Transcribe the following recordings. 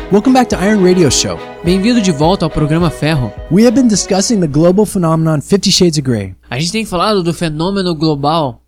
Welcome back to Iron Radio Show. Bem-vindo de volta ao programa Ferro. We have been discussing the global phenomenon 50 Shades of Grey A gente tem falado do fenômeno global,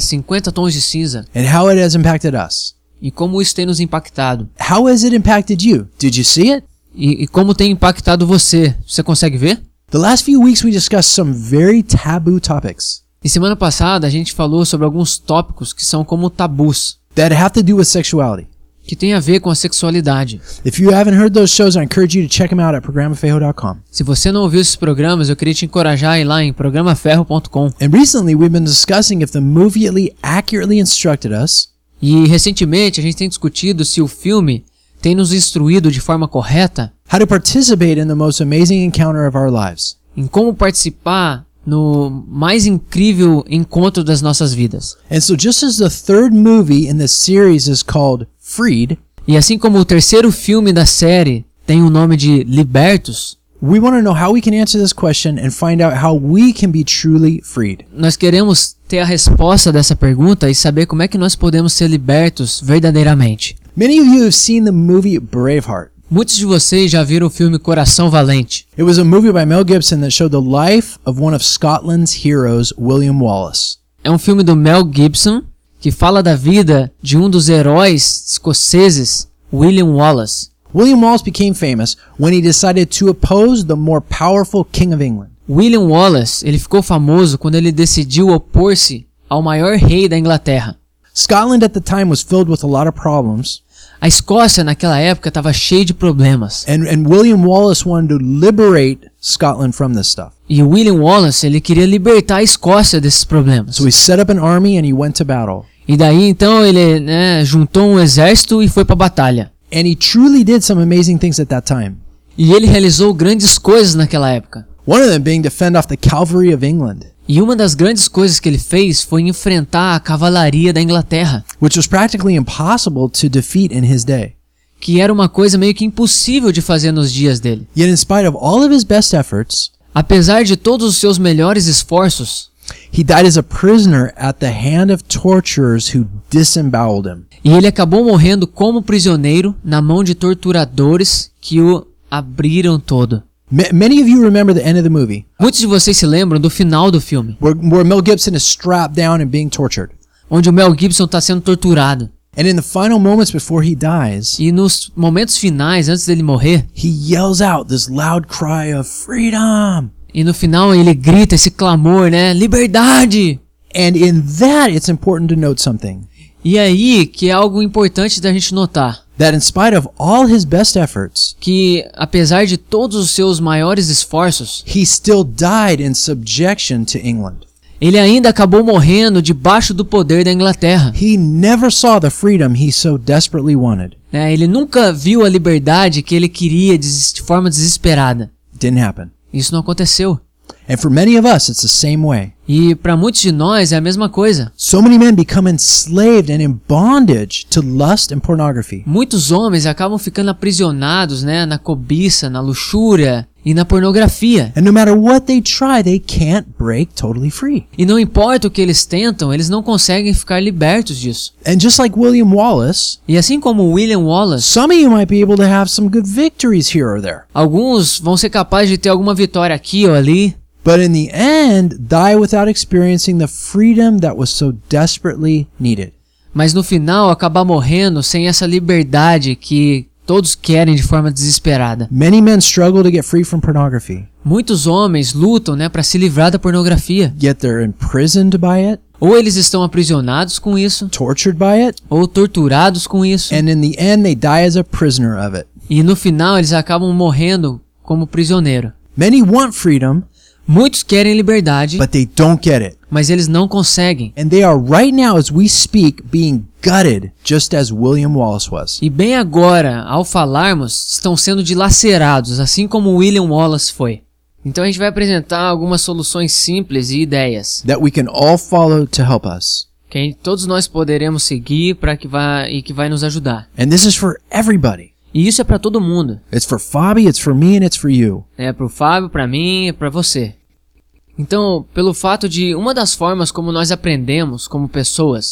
50 tons de cinza, and how it has impacted us. e como isso tem nos impactado. How has it impacted you? Did you see it? E como tem impactado você. Você consegue ver? The last few weeks we discussed some very taboo topics E semana passada a gente falou sobre alguns tópicos que são como tabus, that have to do with sexuality. que tem a ver com a sexualidade. If you haven't heard those shows, I encourage you to check them out at programaferro.com. Se você não ouviu esses programas, eu queria te encorajar a ir lá em programaferro.com. And recently we've been discussing if the movie accurately instructed us E recentemente a gente tem discutido se o filme tem nos instruído de forma correta how to participate in the most amazing encounter of our lives. em como participar no mais incrível encontro das nossas vidas. And so just as the third movie in the series is called Freed, E assim como o terceiro filme da série tem o nome de Libertos, we want to know how we can answer this question and find out how we can be truly freed. nós queremos ter a resposta dessa pergunta e saber como é que nós podemos ser libertos verdadeiramente. Many of you have seen the movie Braveheart. Muitos de vocês já viram o filme Coração Valente. It was a movie by Mel Gibson that showed the life of one of Scotland's heroes, William Wallace. É um filme do Mel Gibson que fala da vida de um dos heróis escoceses, William Wallace. William Wallace became famous when he decided to oppose the more powerful King of England. William Wallace, ele ficou famoso quando ele decidiu opor-se ao maior rei da Inglaterra. Scotland at the time was filled with a lot of problems, A Escócia naquela época estava cheia de problemas. and William Wallace wanted to liberate Scotland from this stuff. E o William Wallace, ele queria libertar a Escócia desses problemas. So he set up an army and he went to battle. E daí então ele juntou um exército e foi para a batalha. And he truly did some amazing things at that time. E ele realizou grandes coisas naquela época. One of them being to fend off the cavalry of England, E uma das grandes coisas que ele fez foi enfrentar a cavalaria da Inglaterra, which was practically impossible to defeat in his day. que era uma coisa meio que impossível de fazer nos dias dele. Yet in spite of all of his best efforts, Apesar de todos os seus melhores esforços, he died as a prisoner at the hand of torturers who disemboweled him. e ele acabou morrendo como prisioneiro na mão de torturadores que o abriram todo. Many of you remember the end of the movie, Muitos de vocês se lembram do final do filme, where Mel Gibson is strapped down and being tortured. onde o Mel Gibson está sendo torturado. And in the final moments before he dies, E nos momentos finais, antes dele morrer, he yells out this loud cry of freedom. e no final ele grita esse clamor, liberdade! And in that, it's important to note something. E aí que é algo importante da gente notar, That in spite of all his best efforts, que apesar de todos os seus maiores esforços, he still died in subjection to England. ele ainda acabou morrendo debaixo do poder da Inglaterra. He never saw the freedom he so desperately wanted. Ele nunca viu a liberdade que ele queria de forma desesperada. It didn't happen. Isso não aconteceu. And for many of us, it's the same way. E para muitos de nós é a mesma coisa. So many men become enslaved and in bondage to lust and pornography. Muitos homens acabam ficando aprisionados, na cobiça, na luxúria e na pornografia. And no matter what they try, they can't break totally free. E não importa o que eles tentam, eles não conseguem ficar libertos disso. And just like William Wallace, E assim como William Wallace, some of you might be able to have some good victories here or there. alguns vão ser capazes de ter alguma vitória aqui ou ali, But in the end, die without experiencing the freedom that was so desperately needed. mas no final acabar morrendo sem essa liberdade que todos querem de forma desesperada. Many men struggle to get free from pornography, Muitos homens lutam, para se livrar da pornografia. yet they're imprisoned by it, Ou eles estão aprisionados com isso, tortured by it, ou torturados com isso. and in the end, they die as a prisoner of it. E no final eles acabam morrendo como prisioneiro. Many want freedom, Muitos querem liberdade, but they don't get it. mas eles não conseguem. And they are right now, as we speak, being gutted, just as William Wallace was. E bem agora, ao falarmos, estão sendo dilacerados, assim como William Wallace foi. Então a gente vai apresentar algumas soluções simples e ideias That we can all follow to help us. que todos nós poderemos seguir que vai nos ajudar. And this is for everybody. E isso é para todo mundo. It's for Fabi, it's for me, and it's for you. É para o Fábio, para mim e para você. Então, pelo fato de uma das formas como nós aprendemos como pessoas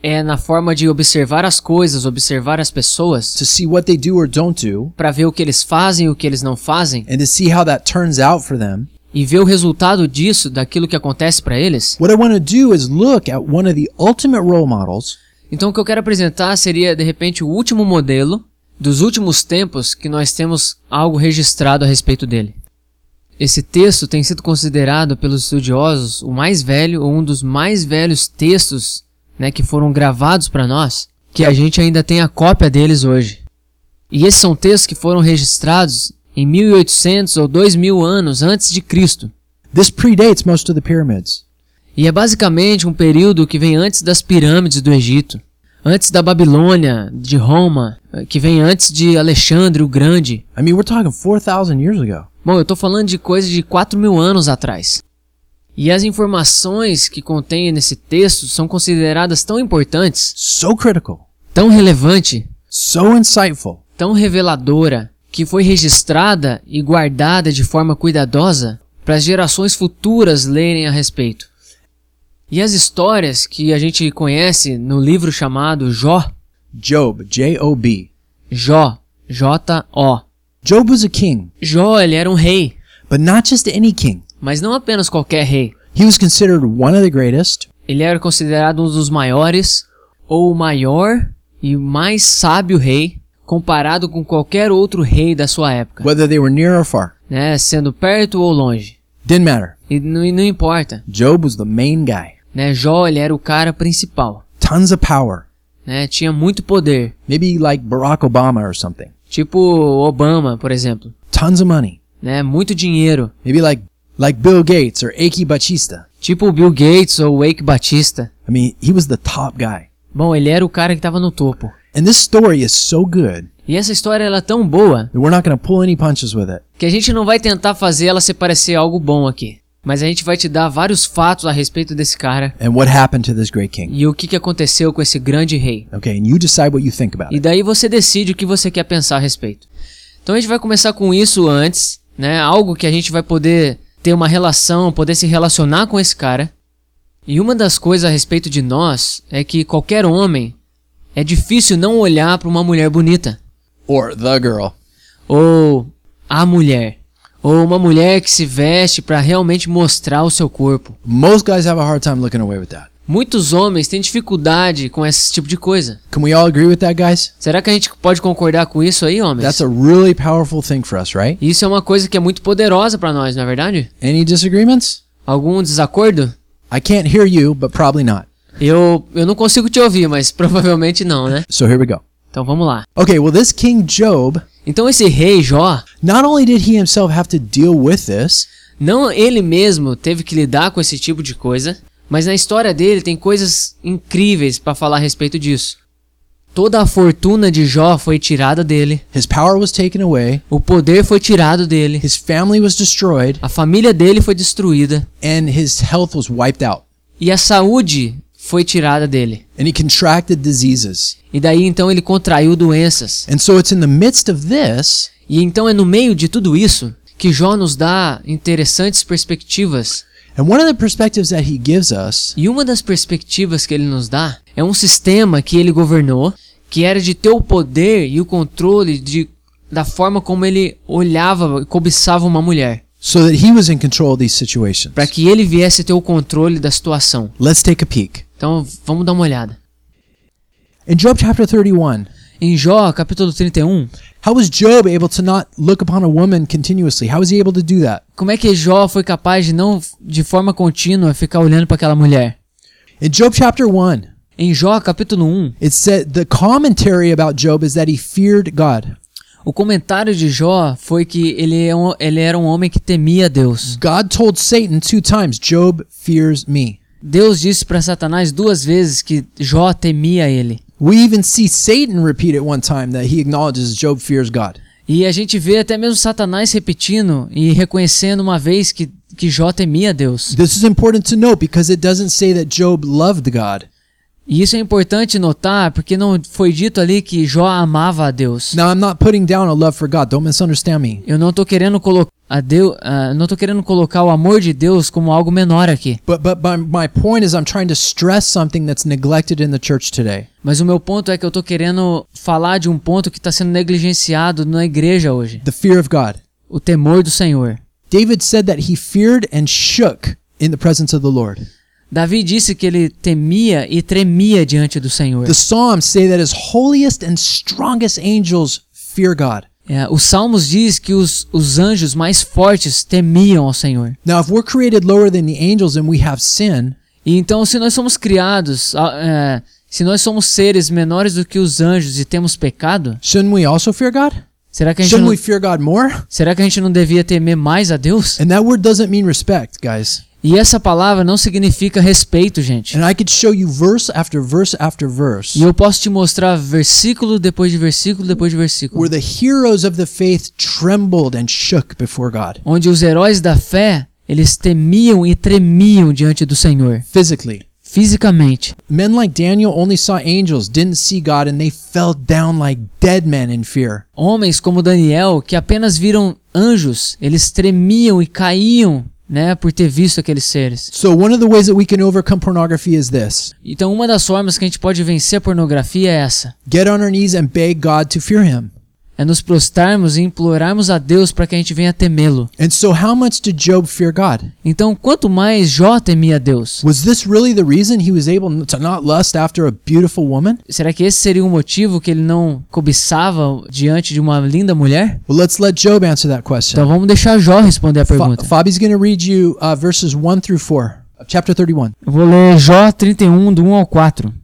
é na forma de observar as coisas, observar as pessoas, to see what they do or don't do, para ver o que eles fazem e o que eles não fazem, and to see how that turns out for them, e ver o resultado disso, daquilo que acontece para eles. what I want to do is look at one of the ultimate role models Então o que eu quero apresentar seria, de repente, o último modelo dos últimos tempos que nós temos algo registrado a respeito dele. Esse texto tem sido considerado pelos estudiosos o mais velho ou um dos mais velhos textos, né, que foram gravados para nós, que a gente ainda tem a cópia deles hoje. E esses são textos que foram registrados em 1800 ou 2000 anos antes de Cristo. This predates most of the pyramids. E é basicamente um período que vem antes das pirâmides do Egito, antes da Babilônia, de Roma, que vem antes de Alexandre o Grande. I mean, we're talking 4,000 years ago. Bom, eu estou falando de coisa de 4.000 anos atrás. E as informações que contém nesse texto são consideradas tão importantes, So critical, tão relevante, so insightful, tão reveladora, que foi registrada e guardada de forma cuidadosa para as gerações futuras lerem a respeito. E as histórias que a gente conhece no livro chamado Jó, Job, J-O-B. Jó, J-O. Job was a king, Jó, ele era um rei, but not just any king. mas não apenas qualquer rei. He was considered one of the greatest, Ele era considerado um dos maiores, ou o maior e mais sábio rei, comparado com qualquer outro rei da sua época, whether they were near or far. né? Sendo perto ou longe. Didn't matter. E não importa, Job was the main guy. né? Jó, ele era o cara principal, Tons of power. né? Tinha muito poder, Maybe like Barack Obama or something. tipo Obama, por exemplo, Tons of money. né? Muito dinheiro, Maybe like Bill Gates or Aki Batista. tipo o Bill Gates ou o Eike Batista. I mean, he was the top guy. Bom, ele era o cara que estava no topo. And this story is so good E essa história ela é tão boa that we're not going to pull any punches with it. que a gente não vai tentar fazer ela se parecer algo bom aqui. Mas a gente vai te dar vários fatos a respeito desse cara And what happened to this great king. e o que aconteceu com esse grande rei. Okay, and you decide what you think about E it. daí você decide o que você quer pensar a respeito. Então a gente vai começar com isso antes, né? Algo que a gente vai poder ter uma relação, poder se relacionar com esse cara. E uma das coisas a respeito de nós é que qualquer homem é difícil não olhar para uma mulher bonita. Or the girl. Ou a mulher. Ou uma mulher que se veste para realmente mostrar o seu corpo. Most guys have a hard time looking away with that. Muitos homens têm dificuldade com esse tipo de coisa. Can we all agree with that, guys? Será que a gente pode concordar com isso aí, homens? That's a really powerful thing for us, right? Isso é uma coisa que é muito poderosa para nós, não é verdade? Any disagreements? Algum desacordo? I can't hear you, but probably not. Eu não consigo te ouvir, mas provavelmente não, né? So here we go. Então vamos lá. Okay, well, this King Job, Então esse rei Jó, not only did he himself have to deal with this, não ele mesmo teve que lidar com esse tipo de coisa, mas na história dele tem coisas incríveis para falar a respeito disso. Toda a fortuna de Jó foi tirada dele, his power was taken away, o poder foi tirado dele, his family was destroyed, a família dele foi destruída and his health was wiped out. e a saúde foi tirada dele. And he contracted diseases. E daí então ele contraiu doenças. And so it's in the midst of this E então é no meio de tudo isso que Jó nos dá interessantes perspectivas. and one of the perspectives that he gives us E uma das perspectivas que ele nos dá é um sistema que ele governou, que era de ter o poder e o controle da forma como ele olhava e cobiçava uma mulher, so that he was in control of these situations. para que ele viesse ter o controle da situação. Let's take a peek. Então vamos dar uma olhada. In Job chapter 31, Em Jó, capítulo 31, how was Job able to not look upon a woman continuously? How was he able to do that? como é que Jó foi capaz de não, de forma contínua, ficar olhando para aquela mulher? In Job chapter 1, Em Jó, capítulo 1, it said the commentary about Job is that he feared God. o comentário de Jó foi que ele era um homem que temia Deus. God told Satan 2 times, Job fears me. Deus disse para Satanás 2 vezes que Jó temia ele. We even see Satan repeat it one time that he acknowledges Job fears God. E a gente vê até mesmo Satanás repetindo e reconhecendo uma vez que Jó temia Deus. This is important to note because it doesn't say that Job loved God. E isso é importante notar, porque não foi dito ali que Jó amava a Deus. Now, I'm not putting down a love for God. Don't misunderstand me. Eu não estou querendo colocar o amor de Deus como algo menor aqui. But my point is I'm trying to stress something that's neglected in the church today. Mas o meu ponto é que eu estou querendo falar de um ponto que está sendo negligenciado na igreja hoje. The fear of God. O temor do Senhor. David said that he feared and shook in the presence of the Lord. Davi disse que ele temia e tremia diante do Senhor. The Psalms say that his holiest and strongest angels fear God. Os Salmos diz que os anjos mais fortes temiam ao Senhor. Now, if we're created lower than the angels and we have sin, E então, se nós somos criados, se nós somos seres menores do que os anjos e temos pecado, shouldn't we also fear God? será que a gente Shouldn't não, we fear God more? será que a gente não devia temer mais a Deus? And that word doesn't mean respect, guys. E essa palavra não significa respeito, gente. And I could show you verse after verse after verse E eu posso te mostrar versículo depois de versículo depois de versículo, where the heroes of the faith trembled and shook before God, onde os heróis da fé, eles temiam e tremiam diante do Senhor, physically. fisicamente. Men like Daniel only saw angels, didn't see God, and they fell down like dead men in fear. Homens como Daniel, que apenas viram anjos, eles tremiam e caíam, né, por ter visto aqueles seres. So one of the ways that we can overcome pornography is this. Então uma das formas que a gente pode vencer a pornografia é essa. Get on our knees and beg God to fear him. É nos prostrarmos e implorarmos a Deus para que a gente venha temê-lo. And so how much did Job fear God? Então, quanto mais Jó temia a Deus, Was this really the reason he was able to not lust after a beautiful woman? será que esse seria o motivo que ele não cobiçava diante de uma linda mulher? Well, let's let Job answer that question. Então vamos deixar Jó responder a pergunta. Fabi's going to read you verses 1 through 4 of chapter 31. Eu vou ler Jó 31, do 1 ao 4.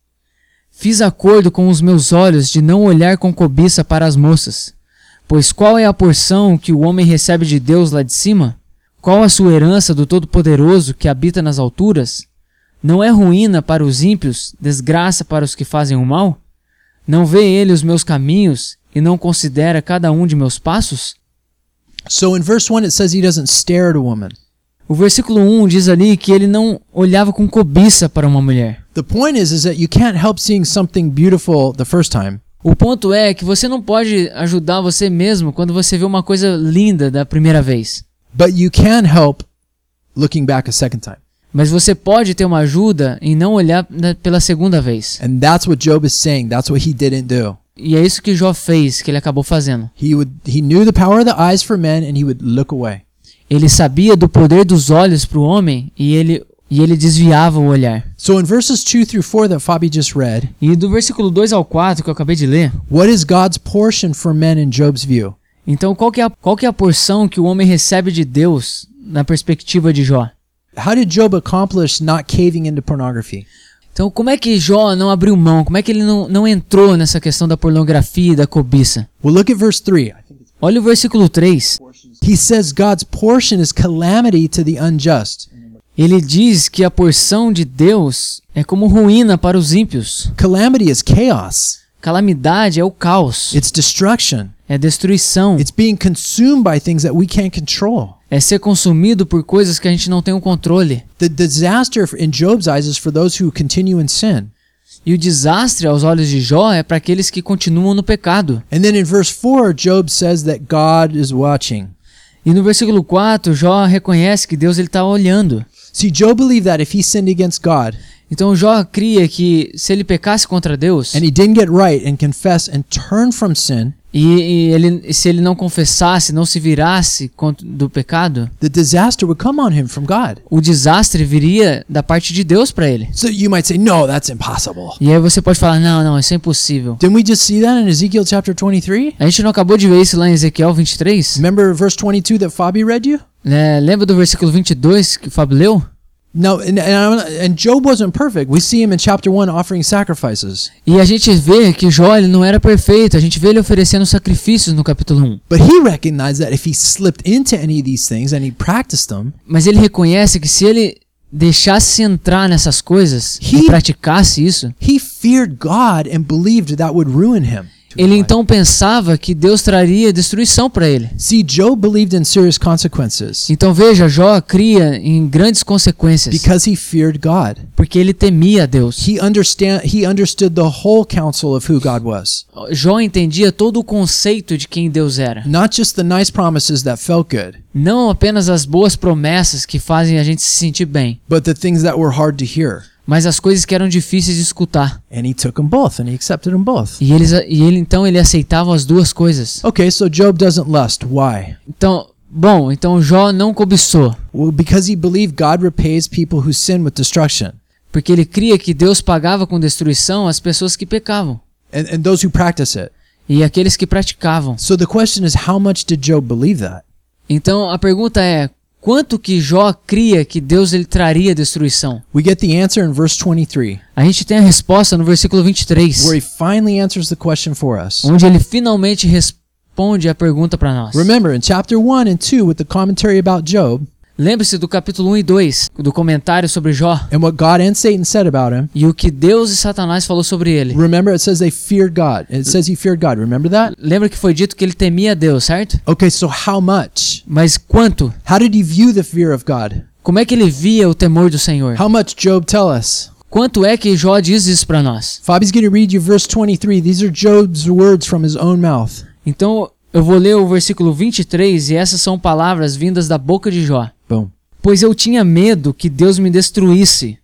Fiz acordo com os meus olhos de não olhar com cobiça para as moças. Pois qual é a porção que o homem recebe de Deus lá de cima? Qual a sua herança do Todo-Poderoso que habita nas alturas? Não é ruína para os ímpios, desgraça para os que fazem o mal? Não vê ele os meus caminhos e não considera cada um de meus passos? So in verse 1 it says he doesn't stare at a woman. O versículo 1 diz ali que ele não olhava com cobiça para uma mulher. The point is that you can't help seeing something beautiful the first time. O ponto é que você não pode ajudar você mesmo quando você vê uma coisa linda da primeira vez. But you can help looking back a second time. Mas você pode ter uma ajuda em não olhar pela segunda vez. And that's what Job is saying. That's what he didn't do. E é isso que Jó fez, que ele acabou fazendo. He knew the power of the eyes for men and he would look away. Ele sabia do poder dos olhos para o homem e ele desviava o olhar. So in verses 2 through 4 that Fabi just read, E do versículo 2 ao 4 que eu acabei de ler, what is God's portion for men in Job's view? então qual que é a porção que o homem recebe de Deus na perspectiva de Jó? How did Job accomplish not caving into pornography? Então como é que Jó não abriu mão? Como é que ele não entrou nessa questão da pornografia e da cobiça? Well, look at verse 3. Olha o versículo 3. He says God's portion is calamity to the unjust. Ele diz que a porção de Deus é como ruína para os ímpios. Calamity is chaos. Calamidade é o caos, It's destruction. é destruição, It's being consumed by things that we can't control. é ser consumido por coisas que a gente não tem o controle. The disaster in Job's eyes is for those who continue in sin. E o desastre aos olhos de Jó é para aqueles que continuam no pecado. And then in verse 4, Job says that God is watching. E no versículo 4, Jó reconhece que Deus está olhando. See, Job believed that if he sinned against God Então Jó cria que se ele pecasse contra Deus and he didn't get right and confess and turn from sin, se ele não confessasse, não se virasse do pecado, the disaster would come on him from God. o desastre viria da parte de Deus para ele. So you might say, no, that's impossible. E aí você pode falar, não, isso é impossível. Didn't we just see that in Ezekiel chapter 23? A gente não acabou de ver isso lá em Ezequiel 23? Remember verse 22 that Fabi read you? Lembra do versículo 22 que o Fábio leu? No, and Job wasn't perfect. We see him in chapter 1 offering sacrifices. E a gente vê que Jó ele não era perfeito. A gente vê ele oferecendo sacrifícios no capítulo 1. But he recognized that if he slipped into any of these things and he practiced them, Mas ele reconhece que se ele deixasse entrar nessas coisas e praticasse isso, he feared God and believed that would ruin him. to his Ele life. então pensava que Deus traria destruição para ele. See, Job believed in serious consequences Então veja, Jó cria em grandes consequências, because he feared God. porque ele temia a Deus. He understood the whole counsel of who God was, Jó entendia todo o conceito de quem Deus era. not just the nice promises that felt good, Não apenas as boas promessas que fazem a gente se sentir bem, but the things that were hard to hear. mas as coisas que eram difíceis de escutar. And he took them both, and he accepted them both. E ele então ele aceitava as duas coisas. Okay, so Job doesn't lust. Why? Então Jó não cobiçou, Well, because he believed God repays people who sin with destruction, porque ele cria que Deus pagava com destruição as pessoas que pecavam and those who practice it. e aqueles que praticavam. So the question is, how much did Job believe that? Então a pergunta é, quanto que Jó cria que Deus ele traria destruição? We get the answer in verse 23, A gente tem a resposta no versículo 23, where he finally answers the question for us. onde ele finalmente responde a pergunta para nós. Remember, in chapter 1 and 2, with the commentary about Job, Lembre-se do capítulo 1 e 2, do comentário sobre Jó, and what God and Satan said about him. e o que Deus e Satanás falou sobre ele. Remember, it says they feared God. It says he feared God. Remember that? Lembra que foi dito que ele temia a Deus, certo? Okay, so how much? Mas quanto? How did he view the fear of God? Como é que ele via o temor do Senhor? How much, Job, tell us? Quanto é que Jó diz isso para nós? Fabi's going to read you verse 23. These are Job's words from his own mouth. Então, eu vou ler o versículo 23 e essas são palavras vindas da boca de Jó. Boom. Pois eu tinha medo que Deus me destruísse,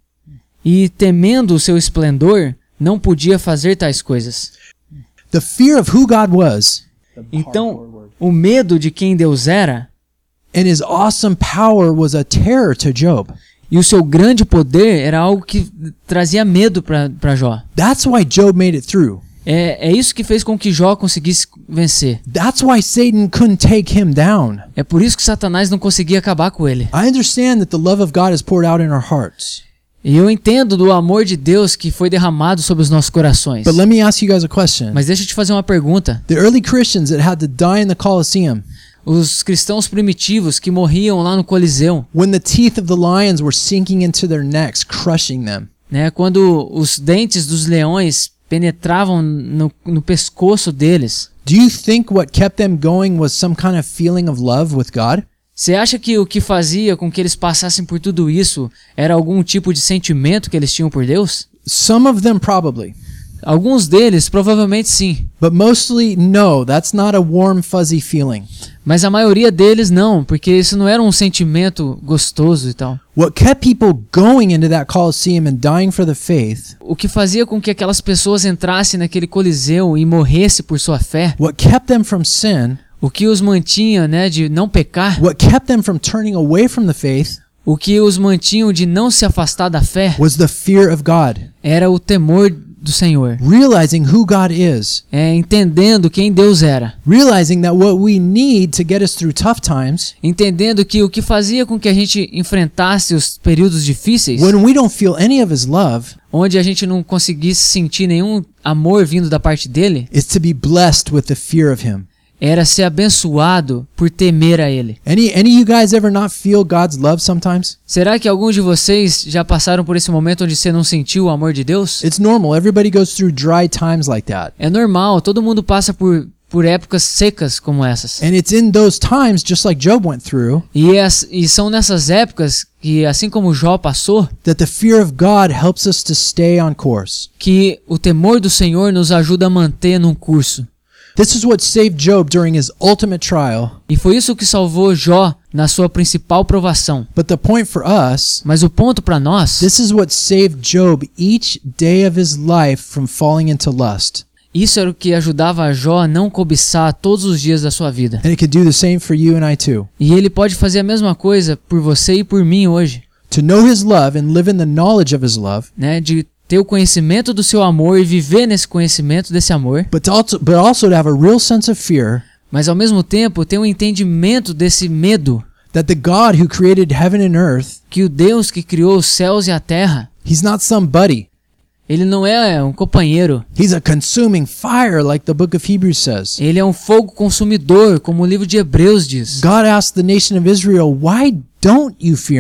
e temendo o seu esplendor, não podia fazer tais coisas. The fear of who God was Então, o medo de quem Deus era and his awesome power was a terror to Job. e o seu grande poder era algo que trazia medo para Jó. That's why Job made it through. É isso que fez com que Jó conseguisse vencer. That's why Satan couldn't take him down. É por isso que Satanás não conseguia acabar com ele. I understand that the love of God is poured out in our hearts. E eu entendo do amor de Deus que foi derramado sobre os nossos corações. But let me ask you guys a question. Mas deixa eu te fazer uma pergunta. The early Christians that had to die in the Colosseum, Os cristãos primitivos que morriam lá no Coliseu, when the teeth of the lions were sinking into their necks, crushing them, né, quando os dentes dos leões penetravam no pescoço deles, do you think what kept them going was some kind of feeling of love with God? você acha que o que fazia com que eles passassem por tudo isso era algum tipo de sentimento que eles tinham por Deus? Some of them probably. Alguns deles provavelmente sim, But mostly, no, that's not a warm, fuzzy feeling. mas a maioria deles não, porque isso não era um sentimento gostoso e tal. What kept people going into that Colosseum and dying for the faith, O que fazia com que aquelas pessoas entrassem naquele coliseu e morressem por sua fé, what kept them from sin, o que os mantinha, né, de não pecar, what kept them from turning away from the faith, o que os mantinham de não se afastar da fé, was the fear of God. era o temor do Senhor. Realizing who God is, Entendendo quem Deus era. realizing that what we need to get us through tough times, Entendendo que o que fazia com que a gente enfrentasse os períodos difíceis, when we don't feel any of His love, onde a gente não conseguisse sentir nenhum amor vindo da parte dele, is to be blessed with the fear of Him. era ser abençoado por temer a Ele. Any of you guys ever not feel God's love sometimes? Será que alguns de vocês já passaram por esse momento onde você não sentiu o amor de Deus? It's normal. Everybody goes through dry times like that. É normal, todo mundo passa por épocas secas como essas. And it's in those times, just like Job went through, E são nessas épocas que, assim como Jó passou, that the fear of God helps us to stay on course. que o temor do Senhor nos ajuda a manter num curso. This is what saved Job during his ultimate trial. E foi isso que salvou Jó na sua principal provação. But the point for us, Mas o ponto para nós, this is what saved Job each day of his life from falling into lust. isso era o que ajudava a Jó a não cobiçar todos os dias da sua vida. And it could do the same for you and I too. E ele pode fazer a mesma coisa por você e por mim hoje, To know his love and live in the knowledge of his love, né? De ter o conhecimento do seu amor e viver nesse conhecimento desse amor, but also to have a real sense of fear mas ao mesmo tempo ter um entendimento desse medo that the God who created heaven and earth, que o Deus que criou os céus e a terra, he's not some buddy. ele não é um companheiro, He's a consuming fire, like the book of Hebrews says. ele é um fogo consumidor, como o livro de Hebreus diz. God asked the nation of Israel, "Why don't you fear me?"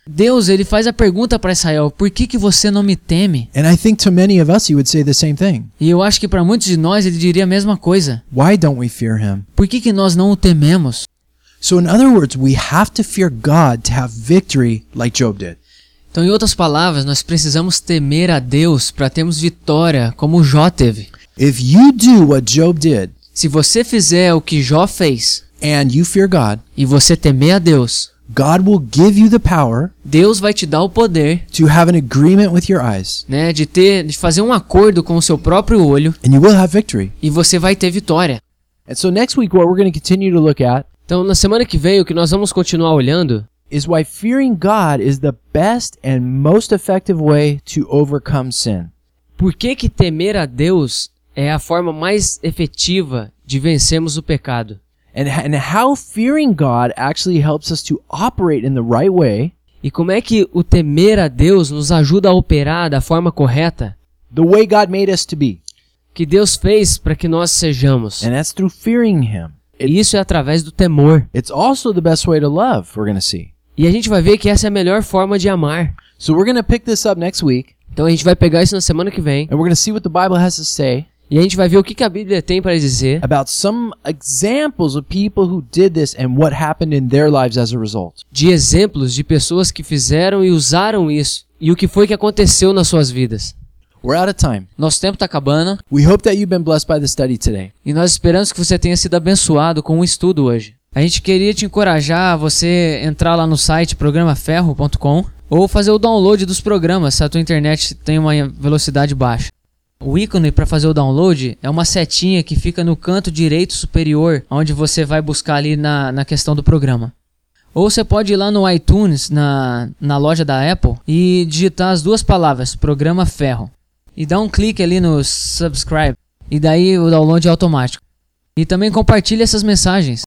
Deus, ele faz a pergunta para Israel: por que você não me teme? And I think to many of us he would say the same thing. E eu acho que para muitos de nós ele diria a mesma coisa. Why don't we fear him? Por que nós não o tememos? So in other words, we have to fear God to have victory like Job did. Então, em outras palavras, nós precisamos temer a Deus para termos vitória, como Jó teve. If you do what Job did Se você fizer o que Jó fez and you fear God, e você temer a Deus, God will give you the power Deus vai te dar o poder, to have an agreement with your eyes, né, de fazer um acordo com o seu próprio olho and you will have victory. e você vai ter vitória. And so next week what we're going to continue to look at Então, na semana que vem, o que nós vamos continuar olhando is why fearing God is the best and most effective way to overcome sin. por que temer a Deus é a forma mais efetiva de vencermos o pecado. And how fearing God actually helps us to operate in the right way, E como é que o temer a Deus nos ajuda a operar da forma correta the way God made us to be. que Deus fez para que nós sejamos. And that's through fearing him. E isso é através do temor. It's also the best way to love, we're going to see. E a gente vai ver que essa é a melhor forma de amar. So we're going to pick this up next week, Então a gente vai pegar isso na semana que vem and we're going to see what the Bible has to say e a gente vai ver o que a Bíblia tem para dizer about some examples of people who did this and what happened in their lives as a result. de exemplos de pessoas que fizeram e usaram isso e o que foi que aconteceu nas suas vidas. We're out of time. Nosso tempo está acabando We hope that you've been blessed by the study today. e nós esperamos que você tenha sido abençoado com o estudo hoje. A gente queria te encorajar a você entrar lá no site programaferro.com ou fazer o download dos programas se a tua internet tem uma velocidade baixa. O ícone para fazer o download é uma setinha que fica no canto direito superior, onde você vai buscar ali na questão do programa. Ou você pode ir lá no iTunes, na loja da Apple, e digitar as duas palavras, Programa Ferro. E dar um clique ali no subscribe, e daí o download é automático. E também compartilhe essas mensagens.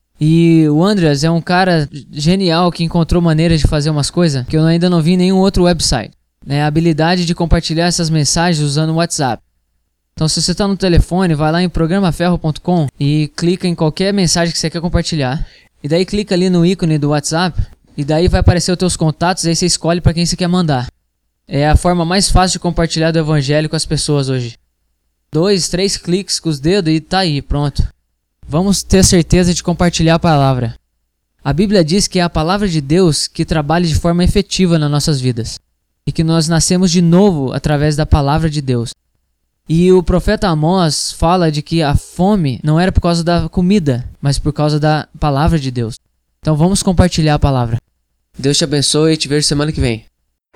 E o Andreas é um cara genial que encontrou maneiras de fazer umas coisas que eu ainda não vi em nenhum outro website. A habilidade de compartilhar essas mensagens usando o WhatsApp. Então, se você está no telefone, vai lá em programaferro.com e clica em qualquer mensagem que você quer compartilhar. E daí clica ali no ícone do WhatsApp e daí vai aparecer os teus contatos e aí você escolhe para quem você quer mandar. É a forma mais fácil de compartilhar do evangelho com as pessoas hoje. 2, 3 cliques com os dedos e tá aí, pronto. Vamos ter certeza de compartilhar a palavra. A Bíblia diz que é a palavra de Deus que trabalha de forma efetiva nas nossas vidas. E que nós nascemos de novo através da palavra de Deus. E o profeta Amós fala de que a fome não era por causa da comida, mas por causa da palavra de Deus. Então vamos compartilhar a palavra. Deus te abençoe e te vejo semana que vem.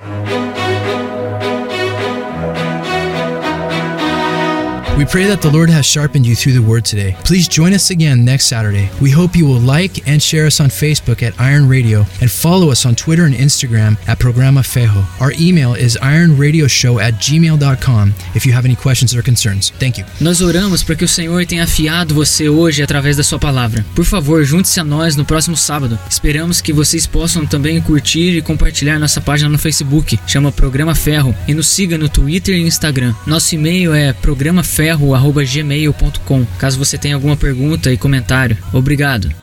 We pray that the Lord has sharpened you through the Word today. Please join us again next Saturday. We hope you will like and share us on Facebook at Iron Radio and follow us on Twitter and Instagram at Programa Ferro. Our email is ironradioshow@gmail.com if you have any questions or concerns. Thank you. Nós oramos para que o Senhor tenha afiado você hoje através da sua palavra. Por favor, junte-se a nós no próximo sábado. Esperamos que vocês possam também curtir e compartilhar nossa página no Facebook, chama Programa Ferro, e nos siga no Twitter e Instagram. Nosso e-mail é programaferro@gmail.com. Caso você tenha alguma pergunta e comentário. Obrigado.